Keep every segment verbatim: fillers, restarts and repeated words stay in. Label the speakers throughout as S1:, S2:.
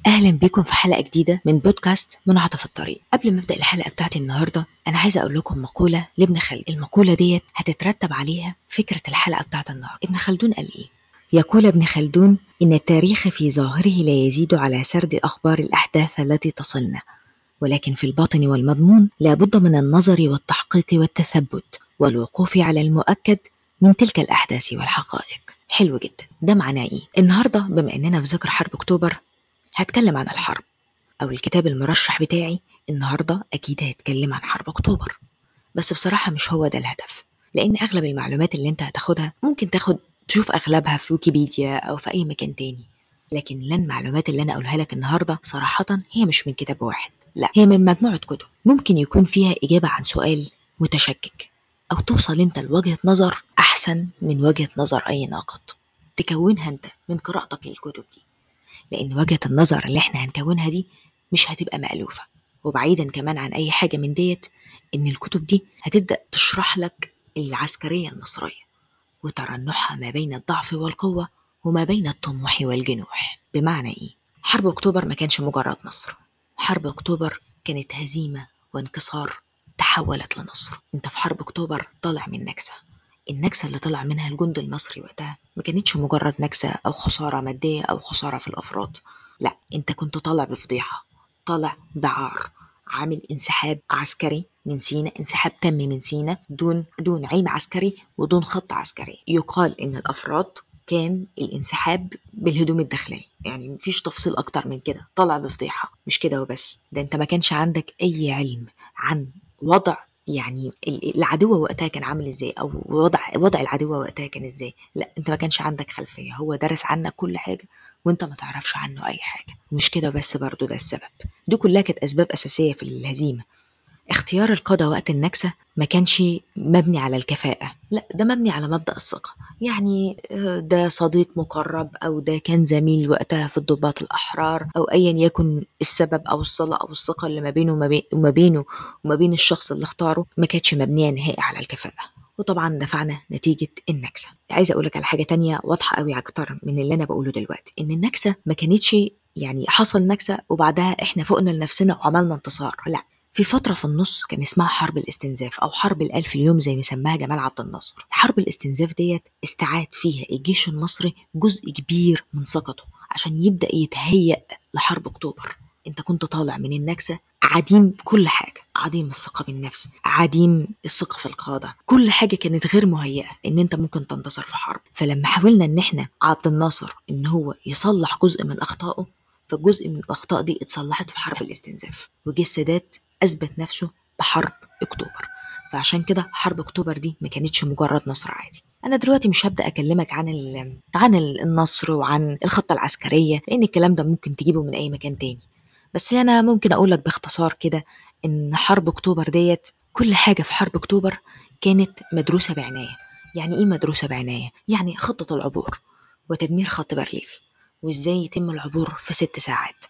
S1: أهلا بكم في حلقة جديدة من بودكاست منعطف الطريق. قبل ما أبدأ الحلقة بتاعتي النهاردة أنا عايزة أقول لكم مقولة لابن خلدون. المقولة ديت هتترتب عليها فكرة الحلقة بتاعت النهاردة. ابن خلدون قال إيه؟ يقول ابن خلدون إن التاريخ في ظاهره لا يزيد على سرد أخبار الأحداث التي تصلنا، ولكن في الباطن والمضمون لا بد من النظر والتحقيق والتثبت والوقوف على المؤكد من تلك الأحداث والحقائق. حلو جدا. ده معناه إيه؟ النهاردة بما أننا في ذكر حرب أكتوبر هتكلم عن الحرب، أو الكتاب المرشح بتاعي النهاردة أكيد هيتكلم عن حرب أكتوبر. بس بصراحة مش هو ده الهدف، لأن أغلب المعلومات اللي أنت هتاخدها ممكن تاخد تشوف أغلبها في ويكيبيديا أو في أي مكان تاني، لكن لن المعلومات اللي أنا أقولها لك النهاردة صراحة هي مش من كتاب واحد، لا هي من مجموعة كتب ممكن يكون فيها إجابة عن سؤال متشكك، أو توصل أنت لوجهة نظر أحسن من وجهة نظر أي ناقد تكونها أنت من قراءتك للكتب دي. لأن وجهة النظر اللي احنا هنكونها دي مش هتبقى مألوفة. وبعيدا كمان عن أي حاجة من ديت، إن الكتب دي هتبدأ تشرح لك العسكرية المصرية وترنحها ما بين الضعف والقوة وما بين الطموح والجنوح. بمعنى إيه؟ حرب أكتوبر ما كانش مجرد نصر، حرب أكتوبر كانت هزيمة وانكسار تحولت لنصر. انت في حرب أكتوبر طالع من نكسة، النكسة اللي طلع منها الجند المصري وقتها ما كانتش مجرد نكسة أو خسارة مادية أو خسارة في الأفراد، لا انت كنت طالع بفضيحة، طالع بعار، عامل انسحاب عسكري من سيناء، انسحاب تم من سيناء دون دون علم عسكري ودون خطة عسكرية. يقال ان الافراد كان الانسحاب بالهدوم الداخلية، يعني مفيش تفصيل اكتر من كده، طلع بفضيحة. مش كده وبس، ده انت ما كانش عندك اي علم عن وضع يعني العدو وقتها كان عامل ازاي، او وضع وضع العدو وقتها كان ازاي. لا انت ما كانش عندك خلفية، هو درس عنك كل حاجة وانت ما تعرفش عنه اي حاجة. مش كده بس، برضو ده السبب، دي كلها كانت اسباب اساسية في الهزيمة. اختيار القادة وقت النكسة ما كانش مبني على الكفاءة، لا ده مبني على مبدأ الثقة. يعني ده صديق مقرب، أو ده كان زميل وقتها في الضباط الأحرار، أو أيا يكن السبب أو الصلة أو الثقة اللي ما بينه وما, بي وما بينه وما بين الشخص اللي اختاره ما كانتش مبنية نهائي على الكفاءة. وطبعا دفعنا نتيجة النكسة. عايزة أقولك على حاجة تانية واضحة قوي أكتر من اللي أنا بقوله دلوقتي، إن النكسة ما كانتش يعني حصل نكسة وبعدها إحنا فوقنا لنفسنا وعملنا انتصار، لا في فترة في النص كان اسمها حرب الاستنزاف أو حرب الألف اليوم زي ما سماها جمال عبد الناصر. حرب الاستنزاف ديت استعاد فيها الجيش المصري جزء كبير من ثقته عشان يبدأ يتهيأ لحرب أكتوبر. انت كنت طالع من النكسة عديم كل حاجة، عديم الثقة بالنفس، عديم الثقة في القادة، كل حاجة كانت غير مهيئة ان انت ممكن تنتصر في حرب. فلما حاولنا ان احنا عبد الناصر ان هو يصلح جزء من أخطائه، فجزء من الأخطاء دي اتصلحت في حرب الاستنزاف، وجه السادات أثبت نفسه بحرب أكتوبر. فعشان كده حرب أكتوبر دي ما كانتش مجرد نصر عادي. أنا دلوقتي مش هبدأ أكلمك عن ال عن النصر وعن الخطة العسكرية، لأن الكلام ده ممكن تجيبه من أي مكان تاني. بس أنا ممكن أقولك باختصار كده إن حرب أكتوبر ديت كل حاجة في حرب أكتوبر كانت مدروسة بعناية. يعني إيه مدروسة بعناية؟ يعني خطة العبور وتدمير خط بارليف، وإزاي يتم العبور في ست ساعات.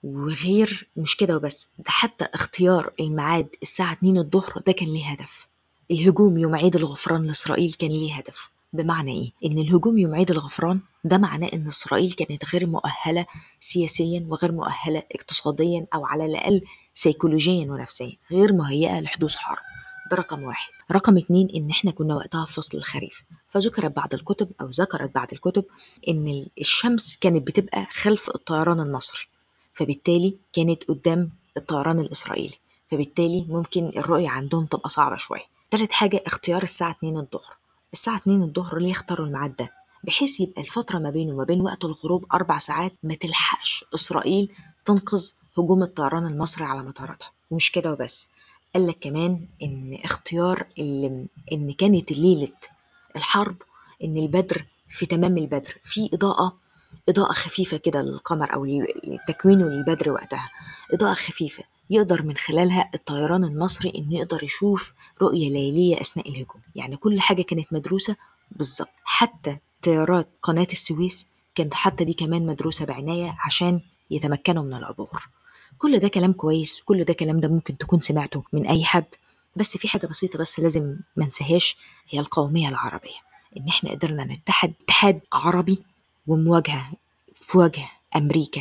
S1: وغير مش كده وبس، ده حتى اختيار الميعاد الساعة اتنين الظهر ده كان ليه هدف. الهجوم يوم عيد الغفران لإسرائيل كان ليه هدف. بمعنى إيه؟ إن الهجوم يوم عيد الغفران ده معناه إن إسرائيل كانت غير مؤهلة سياسيا وغير مؤهلة اقتصاديا، أو على الأقل سيكولوجيا ونفسيا غير مهيئة لحدوث حرب. ده رقم واحد. رقم اتنين، إن إحنا كنا وقتها في فصل الخريف، فذكرت بعض الكتب أو ذكرت بعض الكتب إن الشمس كانت بتبقى خلف الطيران المصري، فبالتالي كانت قدام الطيران الإسرائيلي، فبالتالي ممكن الرؤية عندهم تبقى صعبة شوية. تالت حاجة اختيار الساعة اتنين الظهر. الساعة اتنين الظهر ليه اختاروا الميعاد ده؟ بحيث يبقى الفترة ما بينه وما بين وقت الغروب أربع ساعات ما تلحقش إسرائيل تنقذ هجوم الطيران المصري على مطاراتها. ومش كده وبس، قال لك كمان إن اختيار اللي إن كانت ليلة الحرب إن البدر في تمام البدر في إضاءة إضاءة خفيفة كده للقمر أو تكوينه للبدر وقتها، إضاءة خفيفة يقدر من خلالها الطيران المصري إنه يقدر يشوف رؤية ليلية أثناء الهجوم. يعني كل حاجة كانت مدروسة بالظبط، حتى طيارات قناة السويس كانت حتى دي كمان مدروسة بعناية عشان يتمكنوا من العبور. كل ده كلام كويس، كل ده كلام ده ممكن تكون سمعته من أي حد، بس في حاجة بسيطة بس لازم منساهاش، هي القومية العربية. إن إحنا قدرنا نتحد اتحاد عربي ومواجهة في وجه أمريكا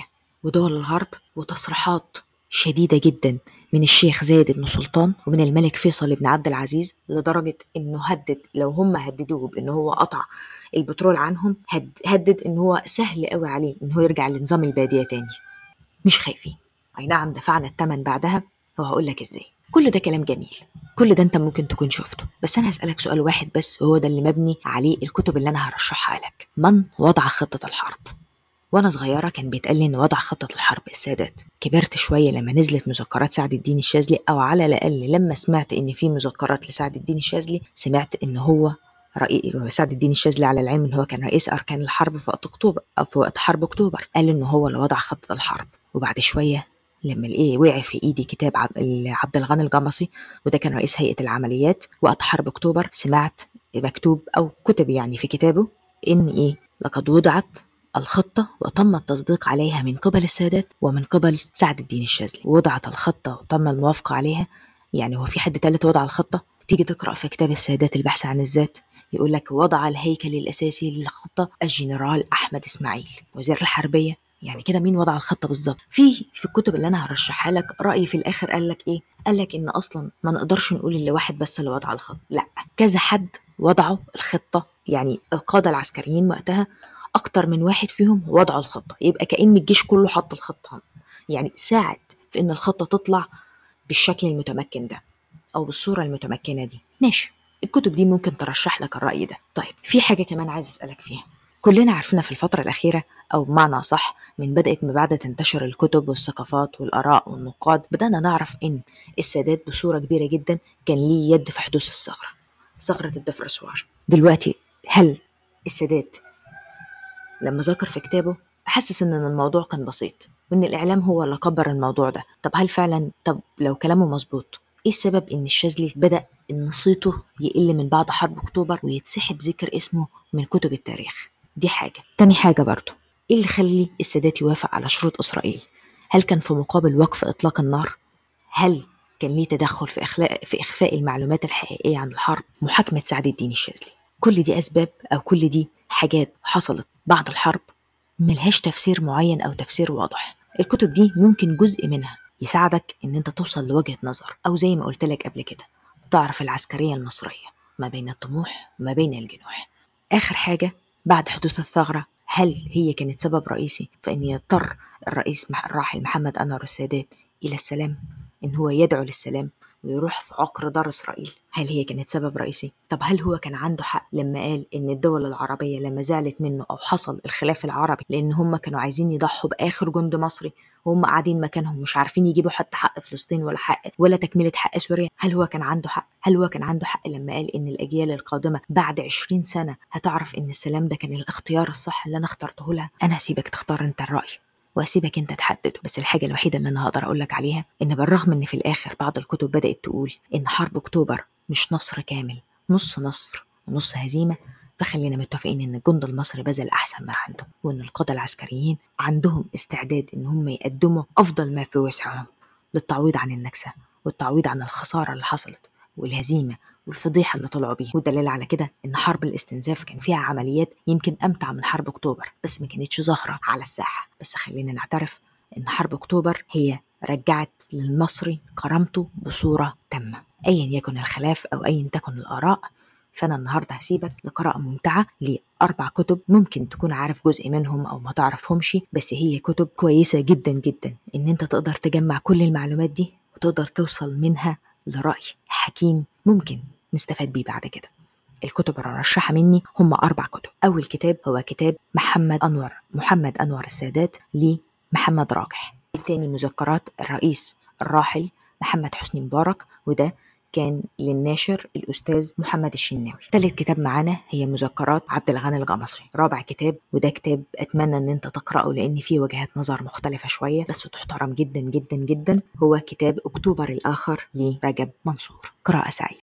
S1: ودول الغرب، وتصريحات شديدة جدا من الشيخ زايد بن سلطان ومن الملك فيصل بن عبد العزيز، لدرجة انه هدد لو هم هددوه بانه هو قطع البترول عنهم، هد هدد انه هو سهل قوي عليه انه يرجع لنظام البادية تاني. مش خايفين. اي نعم دفعنا الثمن بعدها، وهقول لك ازاي. كل ده كلام جميل، كل ده انت ممكن تكون شفته، بس انا هسألك سؤال واحد بس، وهو ده اللي مبني عليه الكتب اللي انا هرشحها لك. من وضع خطة الحرب؟ وانا صغيره كان بيتقال لي ان وضع خطه الحرب السادات. كبرت شويه لما نزلت مذكرات سعد الدين الشاذلي، او على الاقل لما سمعت ان في مذكرات لسعد الدين الشاذلي، سمعت ان هو رئيس سعد الدين الشاذلي، على العلم ان هو كان رئيس اركان الحرب في وقت اكتوبر، او في وقت حرب اكتوبر، قال انه هو اللي وضع خطه الحرب. وبعد شويه لما الايه وقع في ايدي كتاب عبد الغني الجمصي، وده كان رئيس هيئه العمليات وقت حرب اكتوبر، سمعت مكتوب او كتب يعني في كتابه ان ايه لقد وضعت الخطة وتم التصديق عليها من قبل السادات ومن قبل سعد الدين الشاذلي. وضعت الخطة وتم الموافقة عليها. يعني هو في حد تالت وضع الخطة؟ تيجي تقرأ في كتاب السادات البحث عن الذات، يقول لك وضع الهيكل الأساسي للخطة الجنرال أحمد إسماعيل وزير الحربية. يعني كده مين وضع الخطة بالظبط؟ في في الكتب اللي أنا هرشحها لك رأي في الآخر قال لك إيه؟ قال لك إن أصلا ما نقدرش نقول اللي واحد بس اللي وضع الخطة، لا، كذا حد وضعوا الخطة. يعني القادة العسكريين وقتها أكتر من واحد فيهم وضعوا الخطة، يبقى كأن الجيش كله حط الخطة، يعني ساعد في إن الخطة تطلع بالشكل المتمكن ده أو بالصورة المتمكنة دي. ماشي، الكتب دي ممكن ترشح لك الرأي ده. طيب في حاجة كمان عايز أسألك فيها. كلنا عارفين في الفترة الأخيرة، أو بمعنى صح من بدأت ما بعد تنتشر الكتب والثقافات والآراء والنقاد، بدأنا نعرف إن السادات بصورة كبيرة جدا كان ليه يد في حدوث الثغرة، ثغرة الدفرسوار. دلوقتي هل السادات لما ذكر في كتابه حسس ان الموضوع كان بسيط وان الاعلام هو اللي كبر الموضوع ده؟ طب هل فعلا؟ طب لو كلامه مظبوط، ايه السبب ان الشاذلي بدأ ان صيته يقل من بعد حرب اكتوبر ويتسحب ذكر اسمه من كتب التاريخ؟ دي حاجة. تاني حاجة برضو، ايه اللي خلي السادات يوافق على شروط اسرائيل؟ هل كان في مقابل وقف اطلاق النار؟ هل كان ليه تدخل في اخلاء في اخفاء المعلومات الحقيقية عن الحرب؟ محاكمة سعد الدين الشاذلي؟ كل دي اسباب، او كل دي حاجات حصلت بعد الحرب ملهاش تفسير معين أو تفسير واضح. الكتب دي ممكن جزء منها يساعدك إن أنت توصل لوجهة نظر، أو زي ما قلت لك قبل كده، تعرف العسكرية المصرية ما بين الطموح وما بين الجنوح. آخر حاجة، بعد حدوث الثغرة، هل هي كانت سبب رئيسي في أن يضطر الرئيس الراحل محمد أنور السادات إلى السلام، إن هو يدعو للسلام ويروح في عقر دار إسرائيل؟ هل هي كانت سبب رئيسي؟ طب هل هو كان عنده حق لما قال إن الدول العربية لما زعلت منه أو حصل الخلاف العربي لأن هم كانوا عايزين يضحوا بآخر جند مصري وهم قاعدين مكانهم مش عارفين يجيبوا حتى حق فلسطين ولا حق ولا تكملة حق سوريا؟ هل هو كان عنده حق؟ هل هو كان عنده حق لما قال إن الأجيال القادمة بعد عشرين سنة هتعرف إن السلام ده كان الاختيار الصح اللي أنا اخترته لها؟ أنا هسيبك تختار أنت الرأي واسيبك انت تحدده، بس الحاجه الوحيده اللي انا هقدر اقول لك عليها ان بالرغم ان في الاخر بعض الكتب بدات تقول ان حرب اكتوبر مش نصر كامل، نص نصر ونص هزيمه، فخلينا متفقين ان الجند المصري بذل احسن ما عنده، وان القاده العسكريين عندهم استعداد ان هم يقدموا افضل ما في وسعهم للتعويض عن النكسه والتعويض عن الخساره اللي حصلت والهزيمه والفضيحه اللي طلعوا بيها. والدليل على كده ان حرب الاستنزاف كان فيها عمليات يمكن امتع من حرب اكتوبر، بس ما كانتش ظاهره على الساحه. بس خلينا نعترف ان حرب اكتوبر هي رجعت للمصري كرامته بصوره تامه، ايا يكن الخلاف او ايا تكن الاراء. فانا النهارده هسيبك لقراءه ممتعه لاربع كتب، ممكن تكون عارف جزء منهم او ما تعرفهمش، بس هي كتب كويسه جدا جدا ان انت تقدر تجمع كل المعلومات دي وتقدر توصل منها لرأي حكيم ممكن نستفاد بيه بعد كده. الكتب المرشحة مني هم أربع كتب. أول كتاب هو كتاب محمد أنور محمد أنور السادات لمحمد راجح. الثاني مذكرات الرئيس الراحل محمد حسني مبارك، وده كان للناشر الأستاذ محمد الشناوي. ثالث كتاب معانا هي مذكرات عبد الغني الجمصي. رابع كتاب، وده كتاب أتمنى أن أنت تقرأه لأن فيه وجهات نظر مختلفة شوية بس تحترم جدا جدا جدا، هو كتاب أكتوبر الآخر لرجب منصور. قراءة سعيدة.